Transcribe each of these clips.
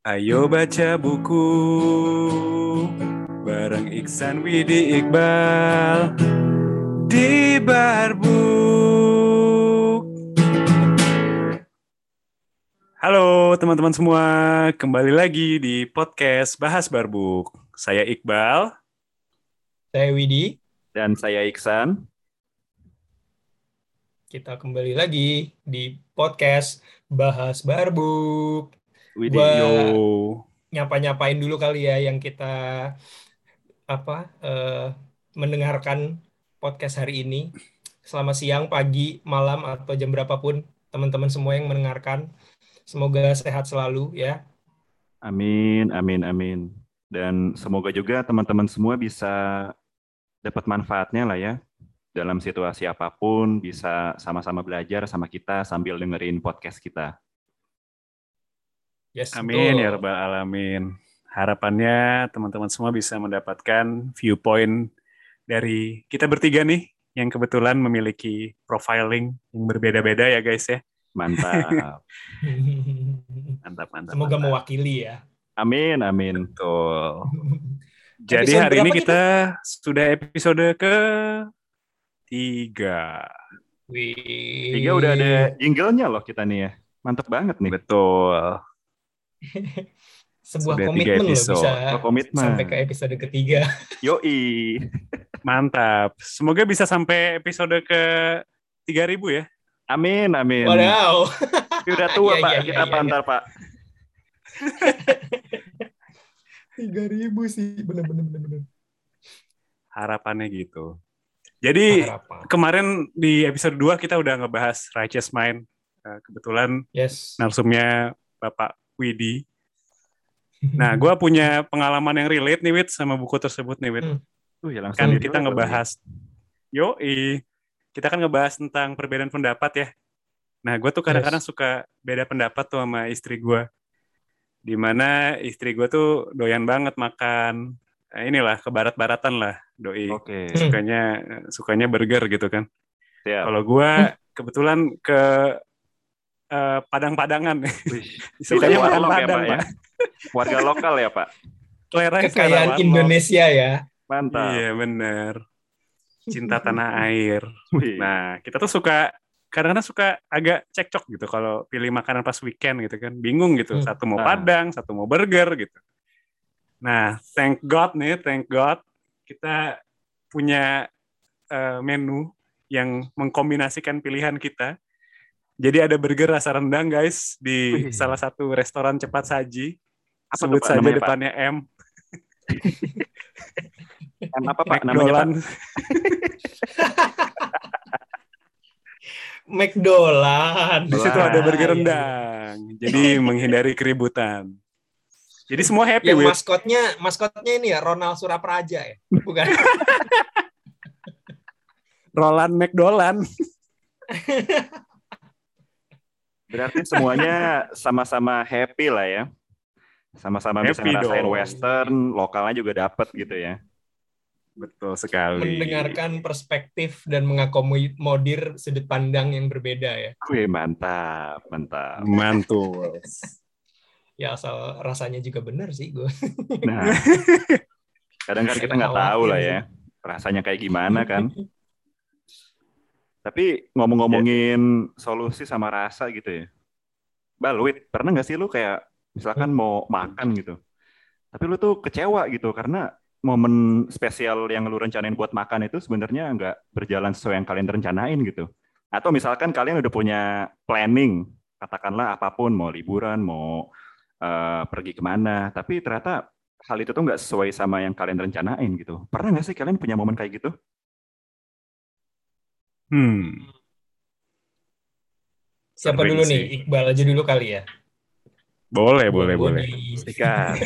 Ayo baca buku bareng Iksan Widi Iqbal di Barbuk. Halo teman-teman semua, kembali lagi di podcast Bahas Barbuk. Saya Iqbal. Saya Widi. Dan saya Iksan. Kita kembali lagi di podcast Bahas Barbuk. Widi, Gua Yo. nyapa-nyapain dulu kali ya yang kita mendengarkan podcast hari ini. Selamat siang, pagi, malam, atau jam berapapun teman-teman semua yang mendengarkan. Semoga sehat selalu ya. Amin, amin, amin. Dan semoga juga teman-teman semua bisa dapat manfaatnya lah ya. Dalam situasi apapun, bisa sama-sama belajar sama kita sambil dengerin podcast kita. Yes, Amin ya betul. rabbal alamin. Harapannya teman-teman semua bisa mendapatkan viewpoint dari kita bertiga nih yang kebetulan memiliki profiling yang berbeda-beda ya guys ya. Mantap. Mantap. Semoga mewakili ya. Amin, amin. Betul. Jadi Episode hari ini berapa kita sudah episode ke-3. Wih. 3 udah ada jingle-nya loh kita nih ya. Mantap banget nih. Betul. Sebuah Sudah 3 komitmen loh episode. bisa Komitmen. sampai ke episode ke-3. Yoi. Mantap. Semoga bisa sampai episode ke 3.000 ya. Amin, amin. Wadaw. Tapi udah tua, Iya, Pak. iya, Kita iya, pantar, Pak. 3.000 sih, bener. Harapannya gitu. Jadi kemarin di episode 2 kita udah ngebahas Righteous Mind. Kebetulan Yes. narsumnya Bapak Widi. Nah, gue punya pengalaman yang relate nih, Wid, sama buku tersebut nih, Wid. Ya langsung Kan dimulai kita ngebahas, kita kan ngebahas tentang perbedaan pendapat ya. Nah, gue tuh kadang-kadang suka beda pendapat tuh sama istri gue. Dimana istri gue tuh doyan banget makan, inilah kebarat-baratan lah, doi. Oke. Sukanya burger gitu kan. Siap. Kalau gue kebetulan ke Padang-Padangan. Sukanya makan warlock Padang, ya, Pak. Ya? Warga lokal ya, Pak. Kekayaan Indonesia ya. Mantap. Iya, bener. Cinta tanah air. Wih. Nah, kita tuh kadang-kadang suka agak cekcok gitu kalau pilih makanan pas weekend gitu kan. Bingung gitu. Satu mau Padang, satu mau burger gitu. Nah, thank God kita punya menu yang mengkombinasikan pilihan kita. Jadi ada burger rasa rendang guys di salah satu restoran cepat saji. Sebut saja namanya, depannya Pak? M. M apa Pak namanya Pak? McDonald. Di situ ada burger rendang. Jadi menghindari keributan. Jadi semua happy. Yang maskotnya ini ya Ronald Surapraja ya, bukan? Roland McDonald. Berarti semuanya sama-sama happy lah ya. Sama-sama happy bisa ngerasain western, lokalnya juga dapat gitu ya. Betul sekali. Mendengarkan perspektif dan mengakomodir sudut pandang yang berbeda ya. Wih, mantap. Mantul. Ya asal rasanya juga benar sih gue. Nah, kadang kan kita nggak tahu lah ya rasanya kayak gimana kan. Tapi ngomongin solusi sama rasa gitu ya. Wid, pernah nggak sih lu kayak misalkan mau makan gitu, tapi lu tuh kecewa gitu karena momen spesial yang lu rencanain buat makan itu sebenarnya nggak berjalan sesuai yang kalian rencanain gitu. Atau misalkan kalian udah punya planning, katakanlah apapun, mau liburan, mau pergi kemana, tapi ternyata hal itu tuh nggak sesuai sama yang kalian rencanain gitu. Pernah nggak sih kalian punya momen kayak gitu? Siapa dulu nih? Iqbal aja dulu kali ya. Boleh. Sikat.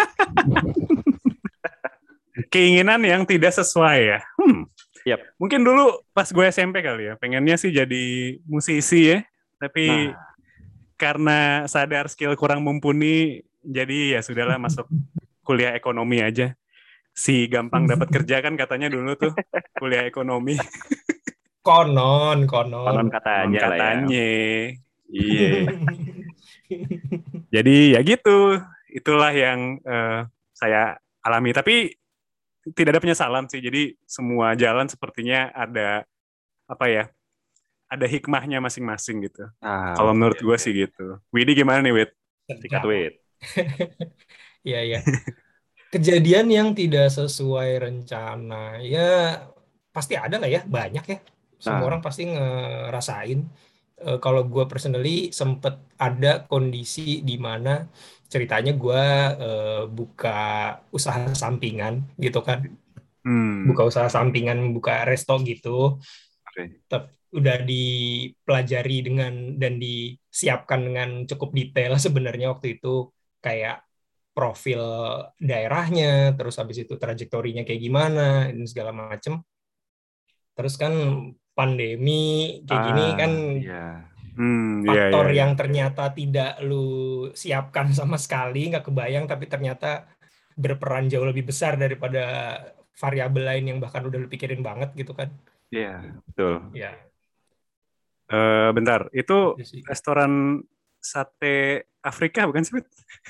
Keinginan yang tidak sesuai ya. Yep. Mungkin dulu pas gue SMP kali ya, pengennya sih jadi musisi ya, tapi karena sadar skill kurang mumpuni, jadi ya sudahlah masuk kuliah ekonomi aja. Si gampang dapat kerja kan katanya dulu tuh kuliah ekonomi. Konon katanya lah ya. Iya. Jadi ya gitu, itulah yang saya alami. Tapi tidak ada penyesalan sih. Jadi semua jalan sepertinya ada apa ya? Ada hikmahnya masing-masing gitu. Kalau menurut gue sih gitu. Widi gimana nih, Wid? Sikat Wid. Iya. Kejadian yang tidak sesuai rencana, ya pasti ada lah ya, banyak ya. Semua orang pasti ngerasain. Kalau gue personally sempet ada kondisi di mana ceritanya gue buka usaha sampingan gitu kan. Buka usaha sampingan, buka resto gitu. Udah dipelajari dan disiapkan dengan cukup detail sebenarnya waktu itu, kayak profil daerahnya, terus habis itu trajektorinya kayak gimana, dan segala macem. Terus kan pandemi kayak gini kan faktor yang ternyata tidak lu siapkan sama sekali, nggak kebayang, tapi ternyata berperan jauh lebih besar daripada variabel lain yang bahkan udah lu pikirin banget gitu kan. Iya, betul. Ya. Bentar, itu restoran sate Afrika bukan sih?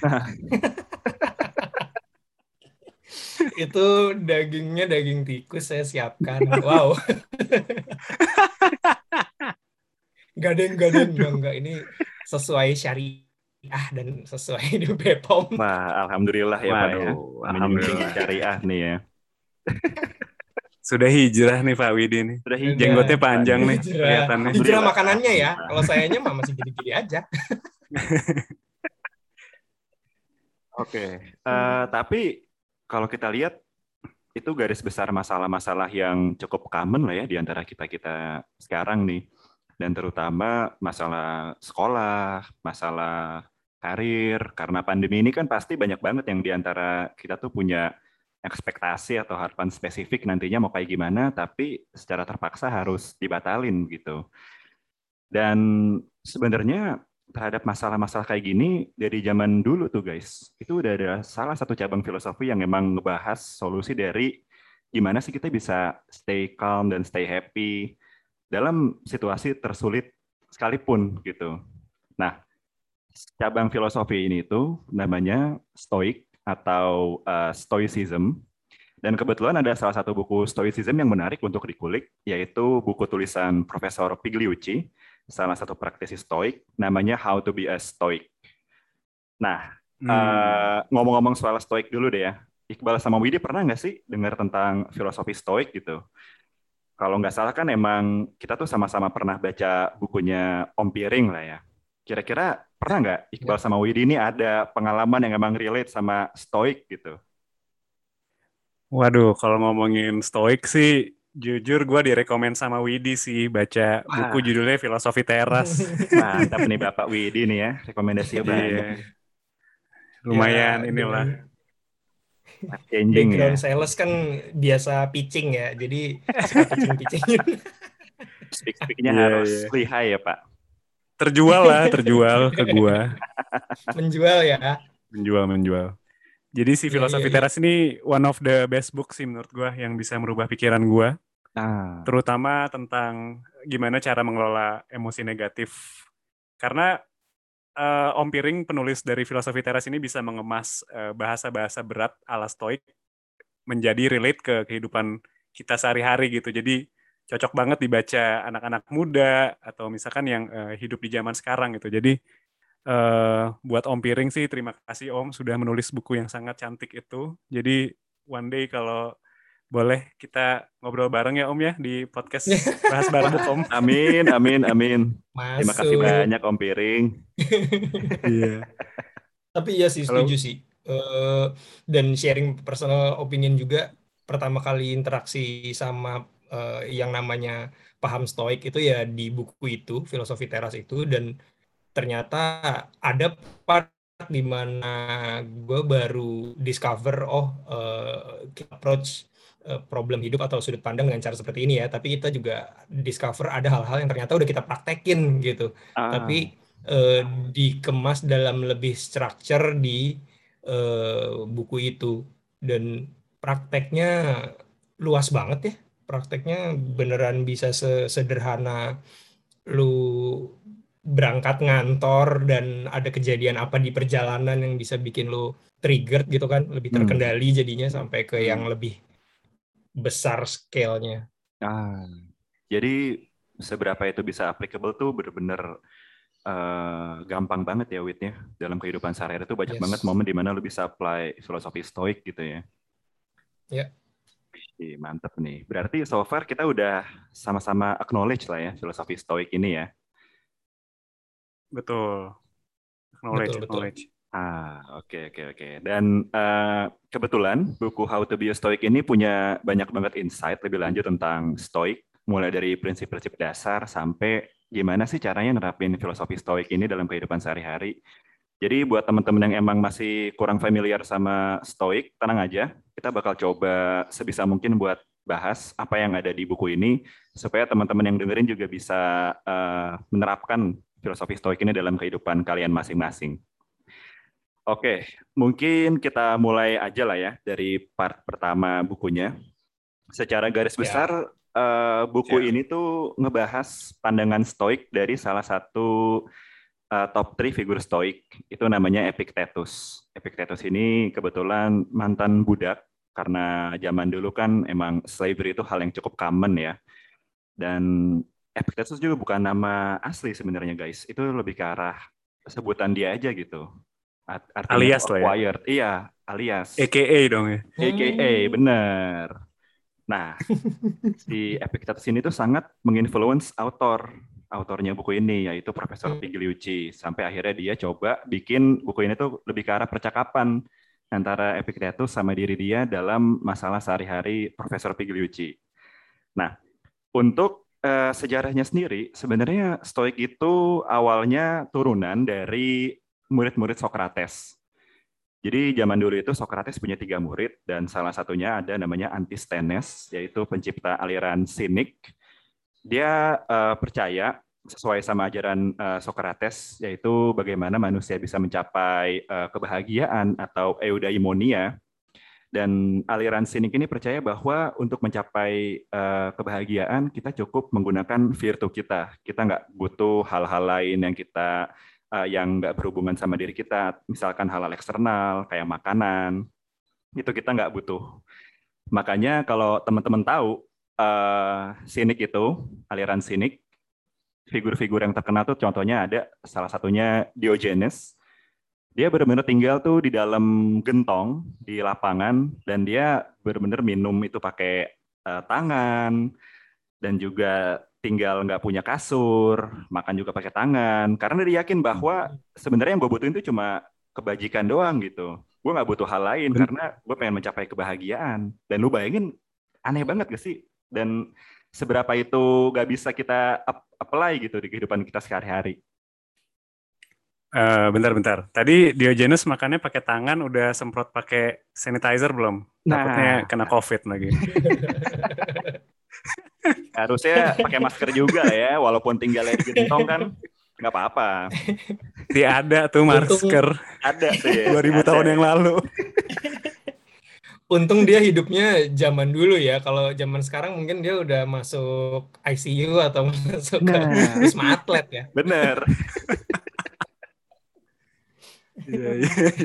Itu dagingnya daging tikus saya siapkan. Wow. Gading, enggak. Ini sesuai syariah dan sesuai di BPOM. Wah, alhamdulillah ya Pak ya. Alhamdulillah. Syariah nih ya. Sudah hijrah nih Pak Widi nih. Jenggotnya panjang nih kelihatannya. Hijrah makanannya ya. Kalau sayanya mah masih gini-gini aja. Oke. Tapi kalau kita lihat itu garis besar masalah-masalah yang cukup common lah ya di antara kita sekarang nih. Dan terutama masalah sekolah, masalah karir. Karena pandemi ini kan pasti banyak banget yang di antara kita tuh punya ekspektasi atau harapan spesifik nantinya mau kayak gimana, tapi secara terpaksa harus dibatalin gitu. Dan sebenarnya terhadap masalah-masalah kayak gini dari zaman dulu tuh guys, itu udah ada salah satu cabang filosofi yang memang ngebahas solusi dari gimana sih kita bisa stay calm dan stay happy dalam situasi tersulit sekalipun gitu. Nah, cabang filosofi ini tuh namanya Stoic atau Stoicism. Dan kebetulan ada salah satu buku Stoicism yang menarik untuk dikulik, yaitu buku tulisan Profesor Pigliucci, salah satu praktisi Stoik, namanya How to be a Stoic. Nah, ngomong-ngomong soal Stoik dulu deh ya. Iqbal sama Widi pernah nggak sih dengar tentang filosofi Stoik gitu? Kalau nggak salah kan emang kita tuh sama-sama pernah baca bukunya Om Piring lah ya. Kira-kira pernah nggak Iqbal sama Widi ini ada pengalaman yang emang relate sama Stoik gitu? Waduh, kalau ngomongin Stoik sih, jujur gue direkomend sama Widi sih baca buku judulnya Filosofi Teras. Mantap nih Bapak Widi nih ya, rekomendasinya banyak. Lumayan inilah. Background sales kan biasa pitching ya, jadi suka pitching-pitching. Speak-speaknya harus lihai ya Pak. Terjual ke gua. Menjual ya. Menjual. Jadi si Filosofi Teras ini one of the best book sih menurut gua yang bisa merubah pikiran gua. Terutama tentang gimana cara mengelola emosi negatif. Karena Om Piring, penulis dari Filosofi Teras ini bisa mengemas bahasa-bahasa berat ala Stoik menjadi relate ke kehidupan kita sehari-hari gitu. Jadi cocok banget dibaca anak-anak muda atau misalkan yang hidup di zaman sekarang gitu. Jadi buat Om Piring sih terima kasih Om sudah menulis buku yang sangat cantik itu. Jadi one day kalau boleh kita ngobrol bareng ya Om ya di podcast Bahas Barbuk Om. Amin. Masuk. Terima kasih banyak Om Piring. Iya. Tapi ya sih setuju sih. Dan sharing personal opinion juga, pertama kali interaksi sama yang namanya paham Stoik itu ya di buku itu, Filosofi Teras itu, dan ternyata ada part di mana gue baru discover approach problem hidup atau sudut pandang dengan cara seperti ini ya, tapi kita juga discover ada hal-hal yang ternyata udah kita praktekin gitu, tapi dikemas dalam lebih structure di buku itu, dan prakteknya luas banget ya, prakteknya beneran bisa sederhana lu berangkat ngantor dan ada kejadian apa di perjalanan yang bisa bikin lu triggered gitu kan, lebih terkendali jadinya sampai ke yang lebih besar scale-nya. Jadi seberapa itu bisa applicable tuh bener-bener gampang banget ya Witnya. Dalam kehidupan sehari-hari tuh banyak banget momen di mana lu bisa apply filosofi stoik gitu ya. Ya. Mantep nih. Berarti so far kita udah sama-sama acknowledge lah ya filosofi stoik ini ya. Betul. Acknowledge. Oke. Dan kebetulan buku How to Be a Stoic ini punya banyak banget insight lebih lanjut tentang stoik, mulai dari prinsip-prinsip dasar sampai gimana sih caranya nerapin filosofi stoik ini dalam kehidupan sehari-hari. Jadi buat teman-teman yang emang masih kurang familiar sama stoik, tenang aja. Kita bakal coba sebisa mungkin buat bahas apa yang ada di buku ini, supaya teman-teman yang dengerin juga bisa menerapkan filosofi stoik ini dalam kehidupan kalian masing-masing. Oke, mungkin kita mulai aja lah ya dari part pertama bukunya. Secara garis besar, buku ini tuh ngebahas pandangan stoik dari salah satu top 3 figur stoik, itu namanya Epictetus. Epictetus ini kebetulan mantan budak, karena zaman dulu kan emang slavery itu hal yang cukup common ya. Dan Epictetus juga bukan nama asli sebenarnya guys, itu lebih ke arah sebutan dia aja gitu. Artinya alias lah ya. acquired. Iya, alias. AKA dong ya. AKA, bener. Nah, si Epictetus ini tuh sangat menginfluence autornya buku ini, yaitu Profesor Pigliucci. Sampai akhirnya dia coba bikin buku ini tuh lebih ke arah percakapan antara Epictetus sama diri dia dalam masalah sehari-hari Profesor Pigliucci. Nah, untuk sejarahnya sendiri, sebenarnya Stoik itu awalnya turunan dari murid-murid Socrates. Jadi zaman dulu itu Socrates punya 3 murid, dan salah satunya ada namanya Antisthenes, yaitu pencipta aliran sinik. Dia percaya sesuai sama ajaran Socrates, yaitu bagaimana manusia bisa mencapai kebahagiaan atau eudaimonia. Dan aliran sinik ini percaya bahwa untuk mencapai kebahagiaan kita cukup menggunakan virtu kita. Kita nggak butuh hal-hal lain yang kita yang nggak berhubungan sama diri kita. Misalkan hal-hal eksternal kayak makanan, itu kita nggak butuh. Makanya kalau teman-teman tahu sinik itu, aliran sinik, figur-figur yang terkenal tuh contohnya ada salah satunya Diogenes. Dia benar-benar tinggal tuh di dalam gentong di lapangan, dan dia benar-benar minum itu pakai tangan, dan juga tinggal nggak punya kasur, makan juga pakai tangan, karena dia yakin bahwa sebenarnya yang gue butuhin itu cuma kebajikan doang gitu. Gue nggak butuh hal lain karena gue pengen mencapai kebahagiaan. Dan lu bayangin, aneh banget gak sih? Dan seberapa itu nggak bisa kita apply gitu di kehidupan kita sehari-hari. Bentar. Tadi Diogenes makannya pakai tangan, udah semprot pakai sanitizer belum? Takutnya kena COVID lagi. Harusnya pakai masker juga lah ya, walaupun tinggalnya di gentong kan nggak apa-apa. Dia ada tuh masker. Ada tuh ya. 2000 tahun yang lalu. Untung dia hidupnya zaman dulu ya. Kalau zaman sekarang mungkin dia udah masuk ICU atau masuk ke Wisma Atlet ya. Bener. Iya.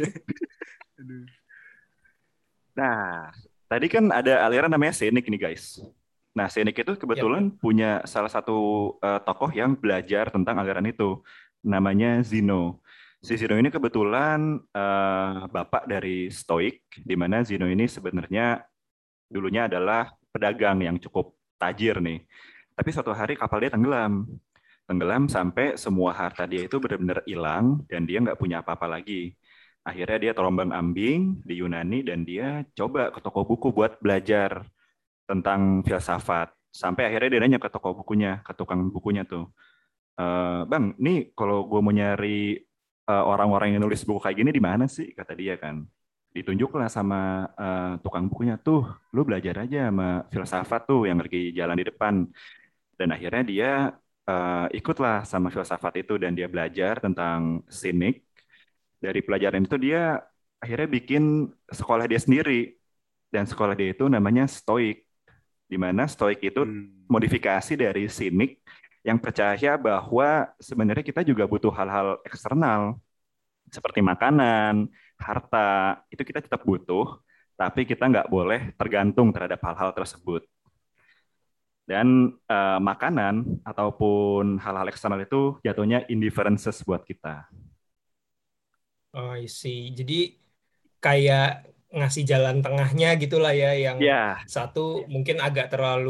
Nah, tadi kan ada aliran namanya Senik nih guys. Nah, Senik itu kebetulan punya salah satu tokoh yang belajar tentang aliran itu. Namanya Zeno. Si Zeno ini kebetulan bapak dari Stoik, di mana Zeno ini sebenarnya dulunya adalah pedagang yang cukup tajir nih. Tapi suatu hari kapal dia tenggelam. Tenggelam sampai semua harta dia itu benar-benar hilang, dan dia nggak punya apa-apa lagi. Akhirnya dia terombang-ambing di Yunani, dan dia coba ke toko buku buat belajar tentang filsafat. Sampai akhirnya dia nanya ke toko bukunya, ke tukang bukunya tuh, Bang, nih kalau gue mau nyari orang-orang yang nulis buku kayak gini di mana sih? Kata dia kan. Ditunjuklah sama tukang bukunya tuh, lu belajar aja sama filsafat tuh yang lagi jalan di depan. Dan akhirnya dia ikutlah sama filsafat itu, dan dia belajar tentang sinik. Dari pelajaran itu dia akhirnya bikin sekolah dia sendiri, dan sekolah dia itu namanya Stoik, di mana Stoik itu modifikasi dari sinik yang percaya bahwa sebenarnya kita juga butuh hal-hal eksternal seperti makanan, harta, itu kita tetap butuh, tapi kita nggak boleh tergantung terhadap hal-hal tersebut. Dan makanan ataupun hal-hal eksternal itu jatuhnya indifferences buat kita. Oh, I see. Jadi kayak ngasih jalan tengahnya gitulah ya, yang Ya, satu mungkin agak terlalu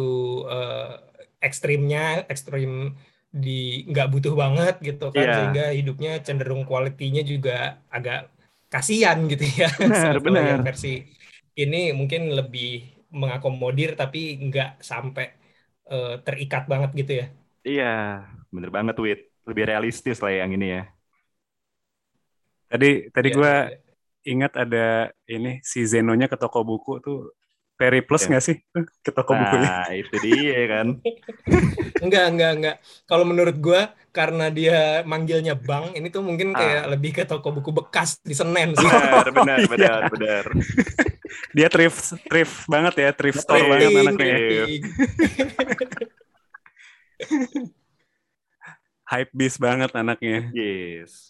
ekstrim di nggak butuh banget gitu kan, iya, sehingga hidupnya cenderung kualitinya juga agak kasihan gitu ya. Kalau yang benar. versi ini mungkin lebih mengakomodir tapi nggak sampai terikat banget gitu ya. Iya, bener banget, Wit. Lebih realistis lah yang ini ya. Tadi Iya, gue iya, iya. ingat ada ini si Zenonya ke toko buku tuh Periplus Ya. nggak sih ke toko bukunya? Nah, itu dia kan. Enggak. Kalau menurut gua karena dia manggilnya Bang, ini tuh mungkin kayak Ah, lebih ke toko buku bekas di Senen sih. benar, Oh benar, iya, benar, benar. dia thrift thrift banget ya, thrift store banget Thrifting, anaknya ya. thrift. Thrifting. Hype beast banget anaknya. Yes.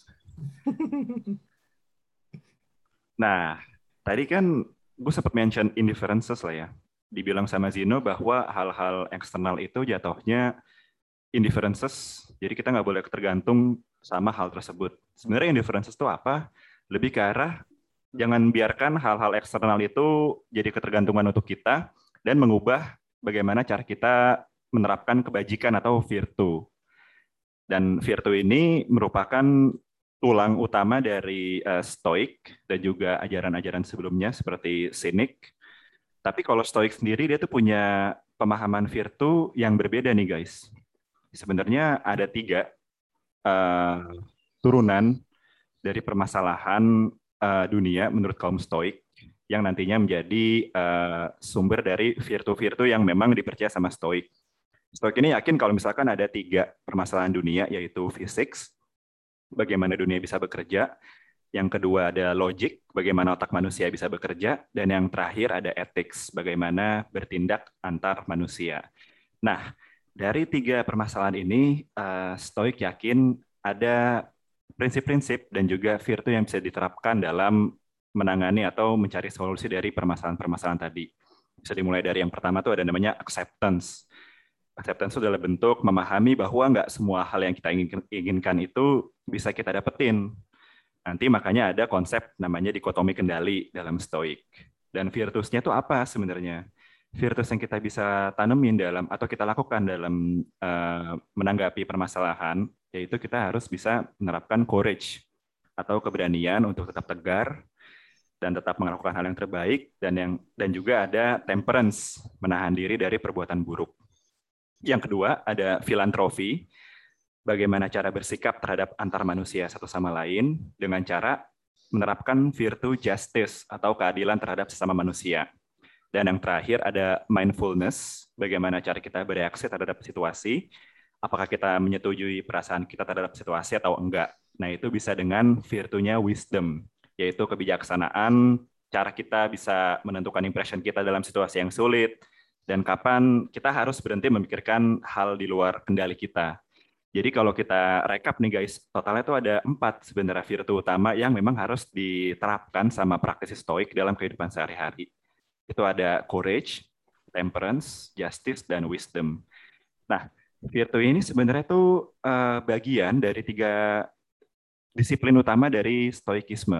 Nah, tadi kan gue sempat mention indifferences lah ya. Dibilang sama Zino bahwa hal-hal eksternal itu jatuhnya indifferences, jadi kita nggak boleh tergantung sama hal tersebut. Sebenarnya indifferences itu apa? Lebih ke arah jangan biarkan hal-hal eksternal itu jadi ketergantungan untuk kita dan mengubah bagaimana cara kita menerapkan kebajikan atau virtu. Dan virtu ini merupakan tulang utama dari Stoik dan juga ajaran-ajaran sebelumnya seperti Cynic. Tapi kalau Stoik sendiri dia tuh punya pemahaman virtu yang berbeda nih guys. Sebenarnya ada 3 turunan dari permasalahan dunia menurut kaum Stoik yang nantinya menjadi sumber dari virtu-virtu yang memang dipercaya sama Stoik. Stoik ini yakin kalau misalkan ada 3 permasalahan dunia, yaitu fisik, bagaimana dunia bisa bekerja, yang kedua ada logik, bagaimana otak manusia bisa bekerja, dan yang terakhir ada ethics, bagaimana bertindak antar manusia. Nah, dari 3 permasalahan ini, Stoik yakin ada prinsip-prinsip dan juga virtu yang bisa diterapkan dalam menangani atau mencari solusi dari permasalahan-permasalahan tadi. Bisa dimulai dari yang pertama tuh ada namanya acceptance. Acceptance itu adalah bentuk memahami bahwa nggak semua hal yang kita inginkan itu bisa kita dapetin. Nanti makanya ada konsep namanya dikotomi kendali dalam Stoik. Dan virtusnya itu apa sebenarnya? Virtus yang kita bisa tanemin dalam atau kita lakukan dalam menanggapi permasalahan, yaitu kita harus bisa menerapkan courage atau keberanian untuk tetap tegar dan tetap melakukan hal yang terbaik, dan juga ada temperance, menahan diri dari perbuatan buruk. Yang kedua ada filantropi, bagaimana cara bersikap terhadap antar manusia satu sama lain dengan cara menerapkan virtu justice atau keadilan terhadap sesama manusia. Dan yang terakhir ada mindfulness, bagaimana cara kita bereaksi terhadap situasi, apakah kita menyetujui perasaan kita terhadap situasi atau enggak. Nah, itu bisa dengan virtunya wisdom, yaitu kebijaksanaan, cara kita bisa menentukan impression kita dalam situasi yang sulit, dan kapan kita harus berhenti memikirkan hal di luar kendali kita. Jadi kalau kita rekap nih guys, totalnya itu ada 4 sebenarnya virtu utama yang memang harus diterapkan sama praktisi Stoik dalam kehidupan sehari-hari. Itu ada courage, temperance, justice, dan wisdom. Nah, virtu ini sebenarnya itu bagian dari 3 disiplin utama dari Stoikisme.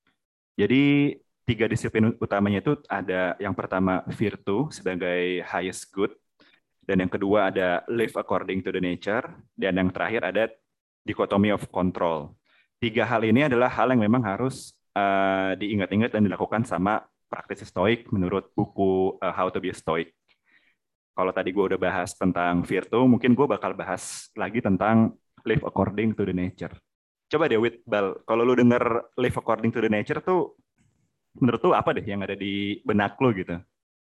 Jadi 3 disiplin utamanya itu ada yang pertama virtu sebagai highest good, dan yang kedua ada live according to the nature, dan yang terakhir ada dichotomy of control. 3 hal ini adalah hal yang memang harus diingat-ingat dan dilakukan sama praktisi Stoik menurut buku How to be a Stoic. Kalau tadi gue udah bahas tentang virtu, mungkin gue bakal bahas lagi tentang live according to the nature. Coba deh, Wit, Bal, kalau lu denger live according to the nature tuh, menurut lu apa deh yang ada di benak lu gitu?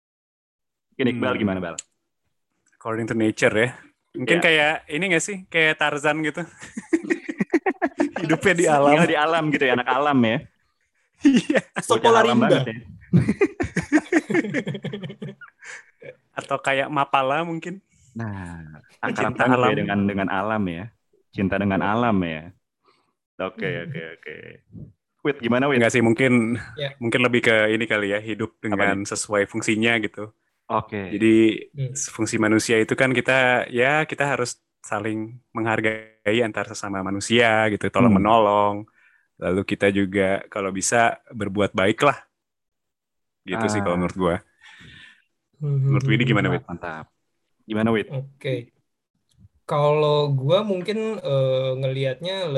Ini Bal gimana, Bal? According to nature ya. Mungkin Ya. kayak ini nggak sih? Kayak Tarzan gitu. Hidupnya di alam. Tinggal di alam gitu ya, anak alam ya. Iya. Bocah alam banget ya. Atau kayak Mapala mungkin. Nah, akrab Cinta banget ya alam. dengan alam ya. Cinta dengan alam ya. Oke. Wait, gimana Wait? Enggak sih, mungkin Ya. mungkin lebih ke ini kali ya, hidup Apa nih? dengan sesuai fungsinya gitu. Oke. Jadi Hmm. fungsi manusia itu kan kita harus saling menghargai antar sesama manusia gitu, tolong menolong. Lalu kita juga kalau bisa berbuat baik lah, gitu sih kalau Ah, menurut gua. Menurut Widi gimana, Wid? mantap. Gimana Wit? Oke. Kalau gua mungkin ngelihatnya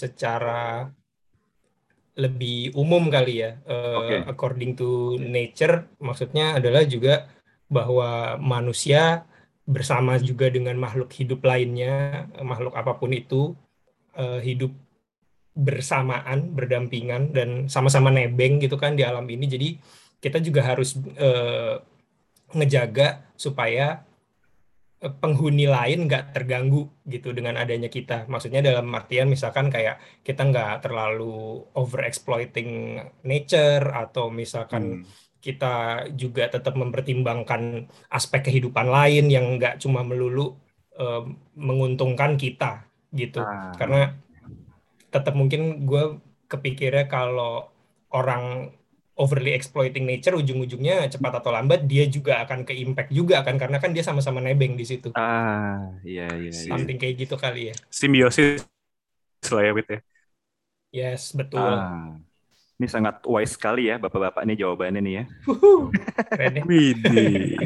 lebih umum kali ya. Oke. According to nature, maksudnya adalah juga bahwa manusia bersama juga dengan makhluk hidup lainnya, makhluk apapun itu, hidup bersamaan, berdampingan, dan sama-sama nebeng gitu kan di alam ini. Jadi kita juga harus ngejaga supaya penghuni lain nggak terganggu gitu dengan adanya kita. Maksudnya dalam artian misalkan kayak kita nggak terlalu over exploiting nature, atau misalkan kita juga tetap mempertimbangkan aspek kehidupan lain yang nggak cuma melulu eh, menguntungkan kita gitu. Karena Ah, tetap mungkin gue kepikirnya kalau orang overly exploiting nature, ujung-ujungnya cepat atau lambat dia juga akan ke impact juga kan, karena kan dia sama-sama nebeng di situ. iya. Something kayak gitu kali ya. Simbiosis lah ya, Wid ya. Yes, betul. Ah, ini sangat wise sekali ya bapak-bapak ini jawabannya nih ya. Keren ya. Widih.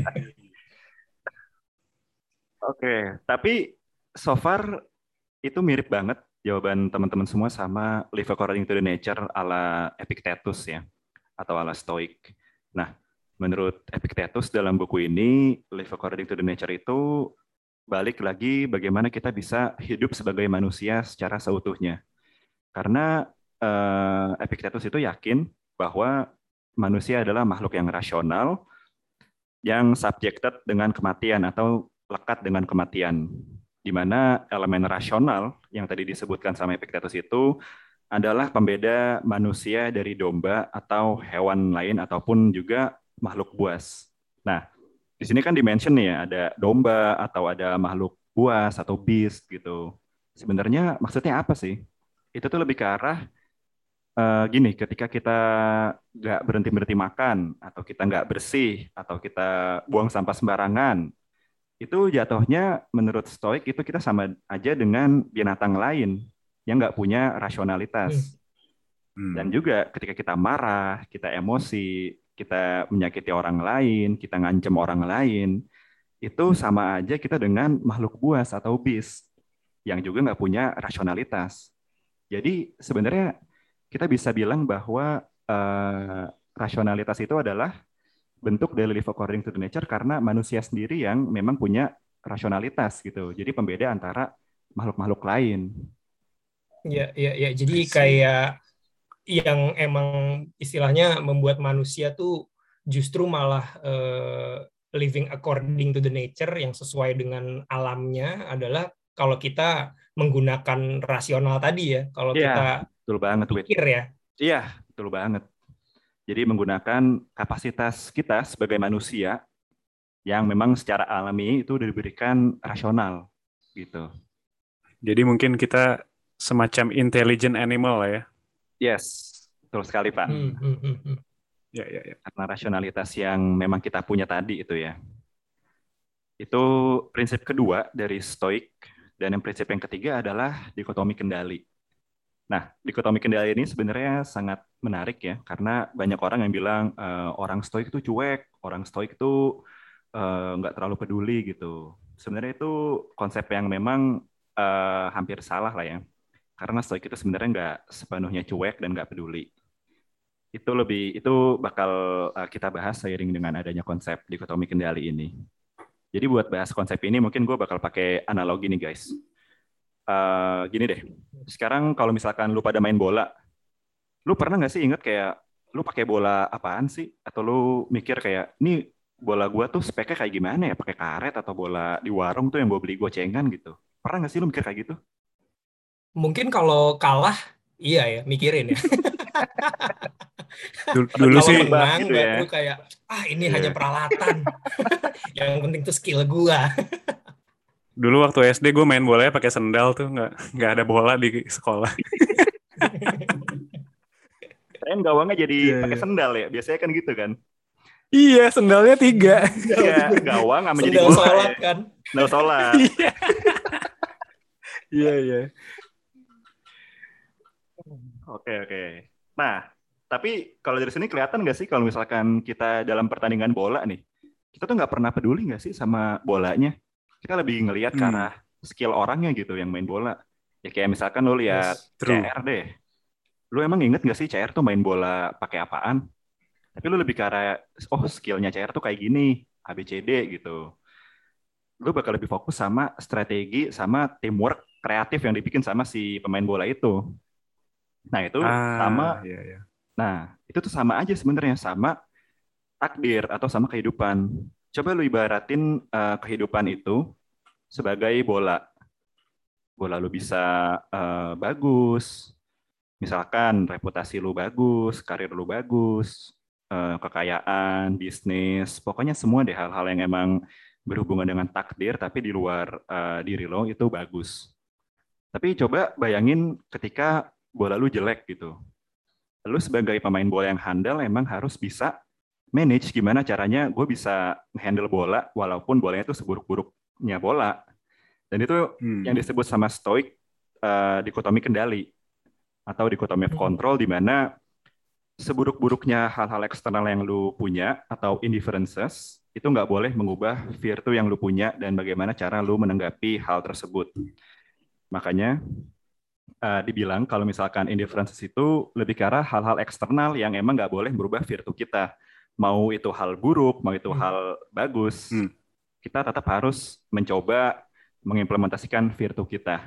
Oke, tapi so far itu mirip banget jawaban teman-teman semua sama Live According to the Nature ala Epictetus ya, atau ala Stoic. Nah, menurut Epictetus dalam buku ini, Live According to the Nature itu balik lagi bagaimana kita bisa hidup sebagai manusia secara seutuhnya. Karena Epictetus itu yakin bahwa manusia adalah makhluk yang rasional, yang subjected dengan kematian atau lekat dengan kematian, di mana elemen rasional yang tadi disebutkan sama Epictetus itu adalah pembeda manusia dari domba atau hewan lain ataupun juga makhluk buas. Nah, di sini kan dimention nih ya, ada domba atau ada makhluk buas atau beast gitu. Sebenarnya maksudnya apa sih? Itu tuh lebih ke arah gini, ketika kita nggak berhenti-berhenti makan, atau kita nggak bersih, atau kita buang sampah sembarangan, itu jatuhnya menurut Stoik itu kita sama aja dengan binatang lain yang nggak punya rasionalitas. Dan juga ketika kita marah, kita emosi, kita menyakiti orang lain, kita ngancem orang lain, itu sama aja kita dengan makhluk buas atau beast yang juga nggak punya rasionalitas. Jadi sebenarnya kita bisa bilang bahwa rasionalitas itu adalah bentuk dari live according to the nature karena manusia sendiri yang memang punya rasionalitas gitu. Jadi pembeda antara makhluk-makhluk lain. Ya. Jadi kayak yang emang istilahnya membuat manusia tuh justru malah living according to the nature, yang sesuai dengan alamnya adalah kalau kita menggunakan rasional tadi ya. Kalau Iya, kita betul banget, Wit. pikir ya. Iya, betul banget. Jadi menggunakan kapasitas kita sebagai manusia yang memang secara alami itu udah diberikan rasional gitu. Jadi mungkin kita semacam intelligent animal lah ya. Yes, betul sekali Pak. Ya. Karena rasionalitas yang memang kita punya tadi itu ya. Itu prinsip kedua dari Stoik. Dan yang prinsip yang ketiga adalah dikotomi kendali. Nah, dikotomi kendali ini sebenarnya sangat menarik ya, karena banyak orang yang bilang orang Stoik itu cuek, orang Stoik itu nggak terlalu peduli gitu. Sebenarnya itu konsep yang memang hampir salah lah ya, karena Stoik itu sebenarnya nggak sepenuhnya cuek dan nggak peduli. Itu bakal kita bahas seiring dengan adanya konsep dikotomi kendali ini. Jadi buat bahas konsep ini mungkin gue bakal pakai analogi nih guys. Gini deh, sekarang kalau misalkan lu pada main bola, lu pernah nggak sih inget kayak lu pakai bola apaan sih? Atau lu mikir kayak, nih bola gua tuh speknya kayak gimana ya? Pakai karet atau bola di warung tuh yang gua beli gocengan gitu? Pernah nggak sih lu mikir kayak gitu? Mungkin kalau kalah, iya ya, mikirin ya. Dulu Kalau sih menang gitu baru ya. kayak, ini Iya. hanya peralatan. Yang penting tuh skill gua. Dulu waktu SD gue main bolanya pakai sendal tuh, nggak ada bola di sekolah. Keren gawangnya jadi Iya, pakai iya. sendal ya. Biasanya kan gitu kan. Iya, sendalnya 3. Iya, gawang sama jadi Sendal bola sholat ya. kan. Sendal sholat. Iya. Iya, iya. Oke. Nah, tapi kalau dari sini kelihatan nggak sih kalau misalkan kita dalam pertandingan bola nih, kita tuh nggak pernah peduli nggak sih sama bolanya? Kita lebih ngelihat ke arah skill orangnya gitu yang main bola. Ya kayak misalkan lo lihat Yes. True. CR deh. Lu emang inget nggak sih CR tuh main bola pakai apaan? Tapi lu lebih ke arah, oh skillnya CR tuh kayak gini, ABCD gitu. Lu bakal lebih fokus sama strategi, sama teamwork kreatif yang dibikin sama si pemain bola itu. Nah itu sama, Iya, iya. nah itu tuh sama aja sebenarnya sama takdir atau sama kehidupan. Coba lu ibaratin kehidupan itu sebagai bola. Bola lu bisa bagus, misalkan reputasi lu bagus, karir lu bagus, kekayaan, bisnis, pokoknya semua deh hal-hal yang emang berhubungan dengan takdir tapi di luar diri lo itu bagus. Tapi coba bayangin ketika bola lu jelek gitu. Lu sebagai pemain bola yang handal emang harus bisa manage gimana caranya gue bisa handle bola walaupun bolanya itu seburuk-buruknya bola. Dan itu yang disebut sama stoik dikotomi kendali atau dikotomi of control, di mana seburuk-buruknya hal-hal eksternal yang lu punya atau indifferences itu nggak boleh mengubah virtue yang lu punya dan bagaimana cara lu menanggapi hal tersebut. Makanya dibilang kalau misalkan indifferences itu lebih ke arah hal-hal eksternal yang emang nggak boleh merubah virtue kita. Mau itu hal buruk, mau itu hal bagus, kita tetap harus mencoba mengimplementasikan virtue kita.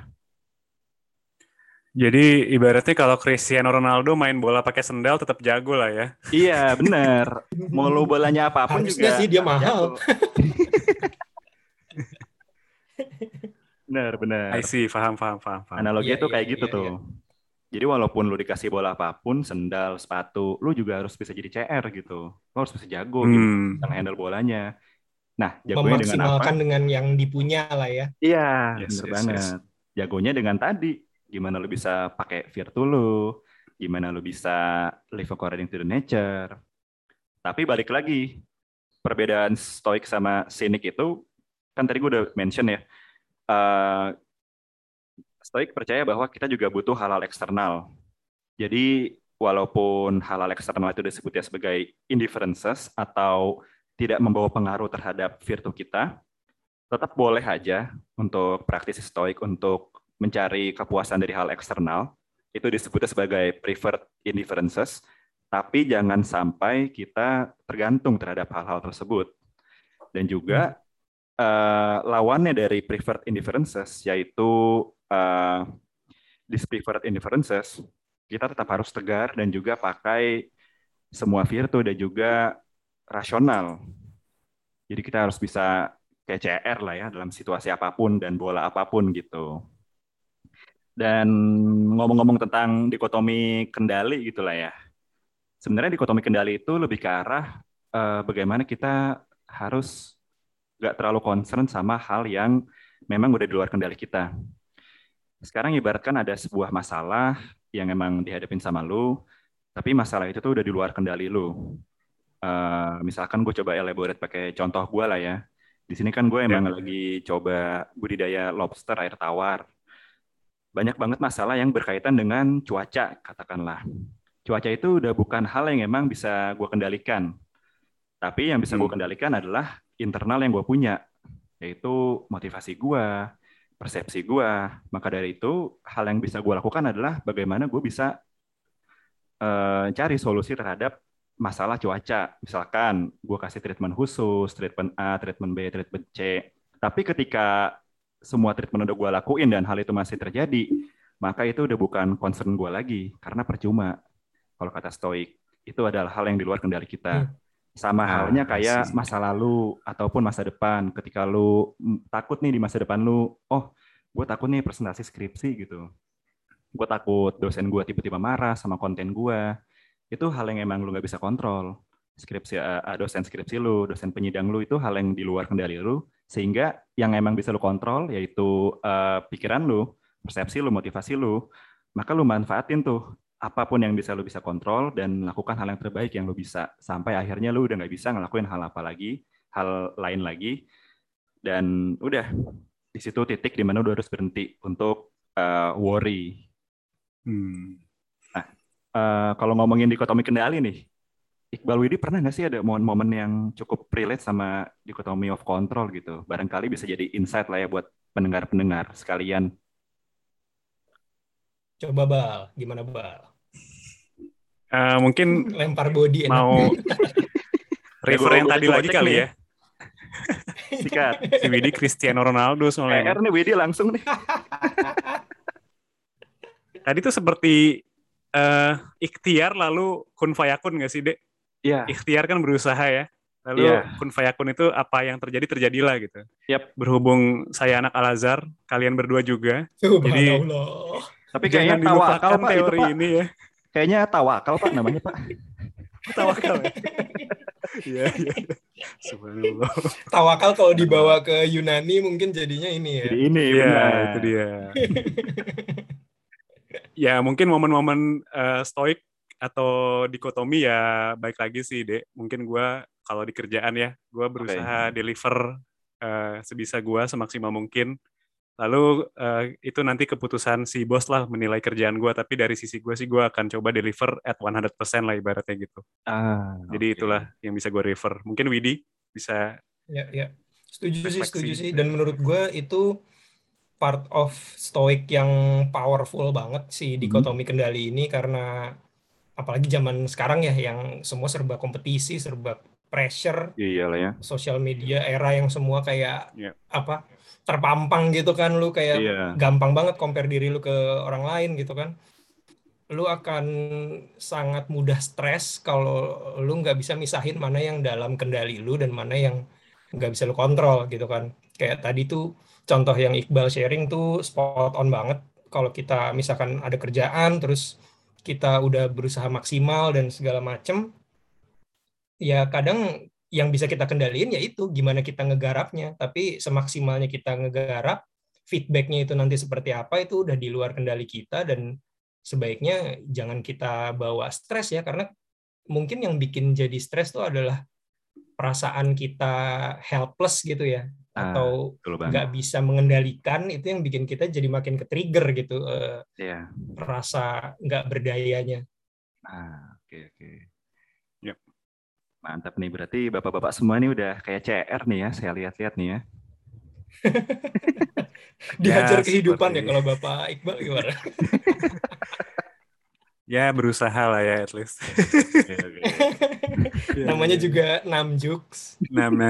Jadi ibaratnya kalau Cristiano Ronaldo main bola pakai sendal tetap jago lah ya. Iya benar. Mau lu bolanya apapun Harusnya juga sih dia jago. mahal. Benar. I see, paham. Analoginya Iya, tuh kayak iya, gitu iya, tuh. iya. Jadi walaupun lu dikasih bola apapun, sendal, sepatu, lu juga harus bisa jadi CR gitu. Lu harus bisa jago gimana cara handle bolanya. Nah, jagonya dengan apa? Memaksimalkan dengan yang dipunya lah ya. Iya, Yes, bener yes, banget. yes. Jagonya dengan tadi, gimana lu bisa pakai virtue lu, gimana lu bisa live according to the nature. Tapi balik lagi, perbedaan stoik sama cynic itu, kan tadi gue udah mention ya, stoik percaya bahwa kita juga butuh hal-hal eksternal. Jadi walaupun hal-hal eksternal itu disebutnya sebagai indifferences atau tidak membawa pengaruh terhadap virtue kita, tetap boleh aja untuk praktisi stoik untuk mencari kepuasan dari hal eksternal. Itu disebutnya sebagai preferred indifferences, tapi jangan sampai kita tergantung terhadap hal-hal tersebut. Dan juga lawannya dari preferred indifferences yaitu dispreferred indifferences, kita tetap harus tegar dan juga pakai semua virtue dan juga rasional. Jadi kita harus bisa kayak CR lah ya dalam situasi apapun dan bola apapun gitu. Dan ngomong-ngomong tentang dikotomi kendali gitulah ya. Sebenarnya dikotomi kendali itu lebih ke arah bagaimana kita harus nggak terlalu concern sama hal yang memang udah di luar kendali kita. Sekarang ibaratkan ada sebuah masalah yang emang dihadapin sama lu, tapi masalah itu tuh udah di luar kendali lu. Misalkan gue coba elaborate pakai contoh gue lah ya. Di sini kan gue emang lagi coba budidaya lobster air tawar. Banyak banget masalah yang berkaitan dengan cuaca, katakanlah. Cuaca itu udah bukan hal yang emang bisa gue kendalikan. Tapi yang bisa gue kendalikan adalah internal yang gue punya, yaitu motivasi gue, persepsi gue. Maka dari itu, hal yang bisa gue lakukan adalah bagaimana gue bisa cari solusi terhadap masalah cuaca. Misalkan gue kasih treatment khusus, treatment A, treatment B, treatment C. Tapi ketika semua treatment udah gue lakuin dan hal itu masih terjadi, maka itu udah bukan concern gue lagi, karena percuma. Kalau kata stoik, itu adalah hal yang di luar kendali kita. Sama halnya kayak masa lalu ataupun masa depan. Ketika lu takut nih di masa depan lu, oh gue takut nih presentasi skripsi gitu. Gue takut dosen gue tiba-tiba marah sama konten gue. Itu hal yang emang lu gak bisa kontrol. Dosen skripsi lu, dosen penyidang lu itu hal yang di luar kendali lu. Sehingga yang emang bisa lu kontrol yaitu pikiran lu, persepsi lu, motivasi lu, maka lu manfaatin tuh apapun yang bisa lu bisa kontrol dan lakukan hal yang terbaik yang lu bisa sampai akhirnya lu udah nggak bisa ngelakuin hal apa lagi, hal lain lagi, dan udah di situ titik di mana lu harus berhenti untuk worry. Nah, kalau ngomongin dikotomi kendali nih, Iqbal Widi pernah nggak sih ada momen-momen yang cukup relate sama dikotomi of control gitu? Barangkali bisa jadi insight lah ya buat pendengar-pendengar sekalian. Coba Bal, gimana Bal? Mungkin Lempar body enak. mau refer yang tadi lagi kali ya. Sikat. Si Widi Cristiano Ronaldo soalnya. nih Widi langsung nih. Tadi tuh seperti ikhtiar lalu kun fayakun nggak sih, Dek? Iya. Ikhtiar kan berusaha ya. Lalu kun fayakun itu apa yang terjadi terjadilah gitu. Yep. Berhubung saya anak Al-Azhar, kalian berdua juga. Jadi tapi kayaknya tawakal Pak teori itu, Pak. ini ya. Kayaknya tawakal Pak namanya Pak. Tawakal. Iya. Subhanallah. Tawakal kalau dibawa ke Yunani mungkin jadinya ini ya. Jadi ini benar. Itu dia. Ya mungkin momen-momen stoik atau dikotomi ya baik lagi sih Dek. Mungkin gue kalau di kerjaan ya, gue berusaha deliver sebisa gue semaksimal mungkin. Lalu itu nanti keputusan si bos lah menilai kerjaan gue, tapi dari sisi gue sih gue akan coba deliver at 100% lah ibaratnya gitu. Jadi itulah yang bisa gue refer. Mungkin Widi bisa. Ya. Setuju sih. Dan menurut gue itu part of stoik yang powerful banget sih dikotomi kendali ini, karena apalagi zaman sekarang ya yang semua serba kompetisi, serba pressure, sosial media, era yang semua kayak terpampang gitu kan, lu kayak gampang banget compare diri lu ke orang lain gitu kan. Lu akan sangat mudah stres kalau lu nggak bisa misahin mana yang dalam kendali lu dan mana yang nggak bisa lu kontrol gitu kan. Kayak tadi tuh contoh yang Iqbal sharing tuh spot on banget. Kalau kita misalkan ada kerjaan terus kita udah berusaha maksimal dan segala macem, ya kadang yang bisa kita kendaliin ya itu gimana kita ngegarapnya. Tapi semaksimalnya kita ngegarap, feedbacknya itu nanti seperti apa itu udah di luar kendali kita, dan sebaiknya jangan kita bawa stres ya, karena mungkin yang bikin jadi stres tuh adalah perasaan kita helpless gitu ya, atau nggak bisa mengendalikan, itu yang bikin kita jadi makin ke-trigger gitu, rasa nggak berdayanya. Oke. Yep. Mantap nih, berarti bapak-bapak semua nih udah kayak CR nih ya, saya lihat-lihat nih ya. Diajar kehidupan ya kalau Bapak Iqbal gimana? Ya berusaha lah ya at least. Namanya juga Namjux.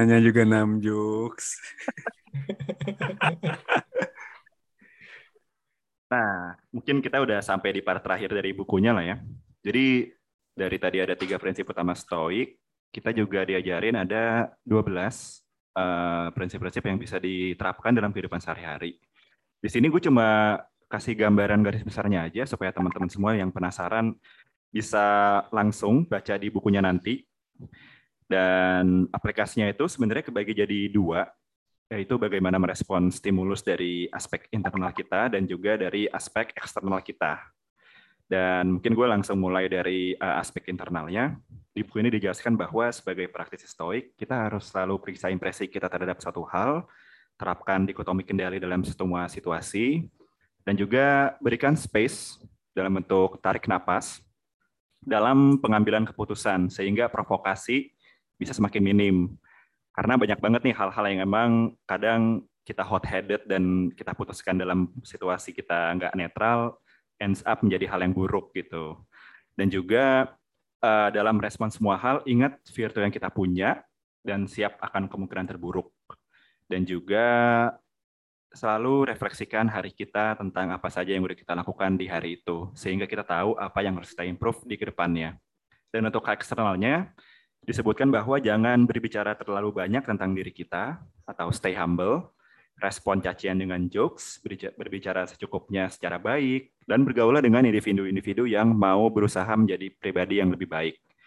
Nah, mungkin kita udah sampai di part terakhir dari bukunya lah ya. Jadi dari tadi ada 3 prinsip utama stoik, kita juga diajarin ada 12 prinsip-prinsip yang bisa diterapkan dalam kehidupan sehari-hari. Di sini gue cuma kasih gambaran garis besarnya aja supaya teman-teman semua yang penasaran bisa langsung baca di bukunya nanti. Dan aplikasinya itu sebenarnya kebagi jadi 2, yaitu bagaimana merespon stimulus dari aspek internal kita dan juga dari aspek eksternal kita. Dan mungkin gue langsung mulai dari aspek internalnya. Di buku ini dijelaskan bahwa sebagai praktisi stoik, kita harus selalu periksa impresi kita terhadap satu hal, terapkan dikotomi kendali dalam semua situasi, dan juga berikan space dalam bentuk tarik napas dalam pengambilan keputusan, sehingga provokasi bisa semakin minim. Karena banyak banget nih hal-hal yang emang kadang kita hot-headed dan kita putuskan dalam situasi kita nggak netral, ends up menjadi hal yang buruk gitu. Dan juga dalam respon semua hal, ingat virtu yang kita punya dan siap akan kemungkinan terburuk. Dan juga selalu refleksikan hari kita tentang apa saja yang udah kita lakukan di hari itu, sehingga kita tahu apa yang harus kita improve di kedepannya. Dan untuk eksternalnya, disebutkan bahwa jangan berbicara terlalu banyak tentang diri kita, atau stay humble, respon cacian dengan jokes, berbicara secukupnya secara baik, dan bergaulah dengan individu-individu yang mau berusaha menjadi pribadi yang lebih baik.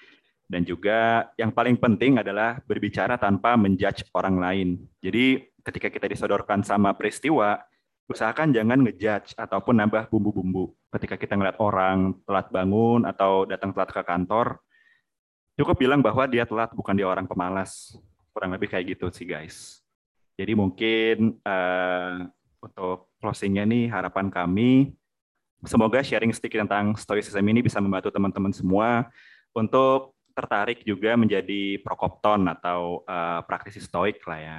Dan juga yang paling penting adalah berbicara tanpa menjudge orang lain. Jadi ketika kita disodorkan sama peristiwa, usahakan jangan ngejudge ataupun nambah bumbu-bumbu. Ketika kita ngeliat orang telat bangun atau datang telat ke kantor, cukup bilang bahwa dia telat, bukan dia orang pemalas. Kurang lebih kayak gitu sih guys. Jadi mungkin untuk closingnya nih, harapan kami semoga sharing sedikit tentang stoicism ini bisa membantu teman-teman semua untuk tertarik juga menjadi prokopton atau praktisi stoik lah ya.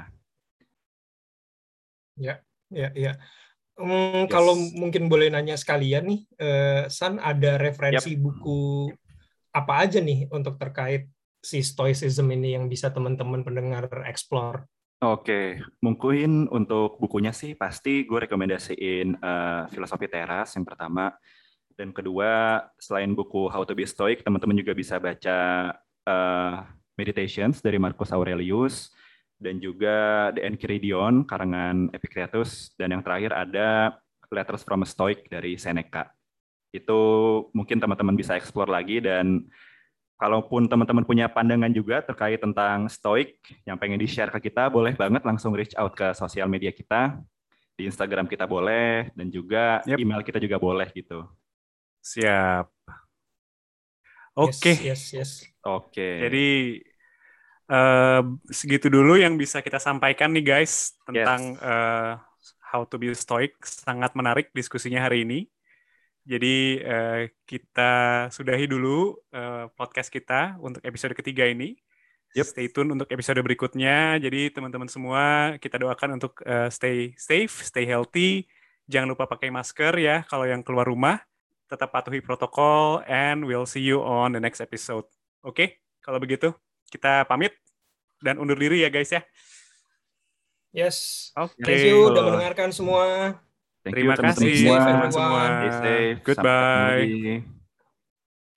Ya. Kalau mungkin boleh nanya sekalian nih, San, ada referensi buku apa aja nih untuk terkait si stoicism ini yang bisa teman-teman pendengar explore? Oke, mungkin untuk bukunya sih pasti gue rekomendasiin Filosofi Teras yang pertama. Dan kedua, selain buku How to be Stoic, teman-teman juga bisa baca Meditations dari Marcus Aurelius, dan juga The Enchiridion karangan Epictetus, dan yang terakhir ada Letters from a Stoic dari Seneca. Itu mungkin teman-teman bisa explore lagi, dan kalaupun teman-teman punya pandangan juga terkait tentang Stoik yang pengen di-share ke kita, boleh banget langsung reach out ke sosial media kita, di Instagram kita boleh, dan juga email kita juga boleh gitu. Siap. Oke. Yes. Oke. Jadi segitu dulu yang bisa kita sampaikan nih guys tentang How to be Stoic. Sangat menarik diskusinya hari ini. Jadi kita sudahi dulu podcast kita untuk episode ketiga ini. Stay tune untuk episode berikutnya. Jadi teman-teman semua kita doakan untuk stay safe, stay healthy. Jangan lupa pakai masker ya kalau yang keluar rumah. Tetap patuhi protokol, and we'll see you on the next episode. Oke, kalau begitu kita pamit dan undur diri ya guys ya. Yes. Oke. Thank you udah mendengarkan semua. Terima kasih teman-teman semua. Stay safe. Goodbye. Sampai ketemu lagi.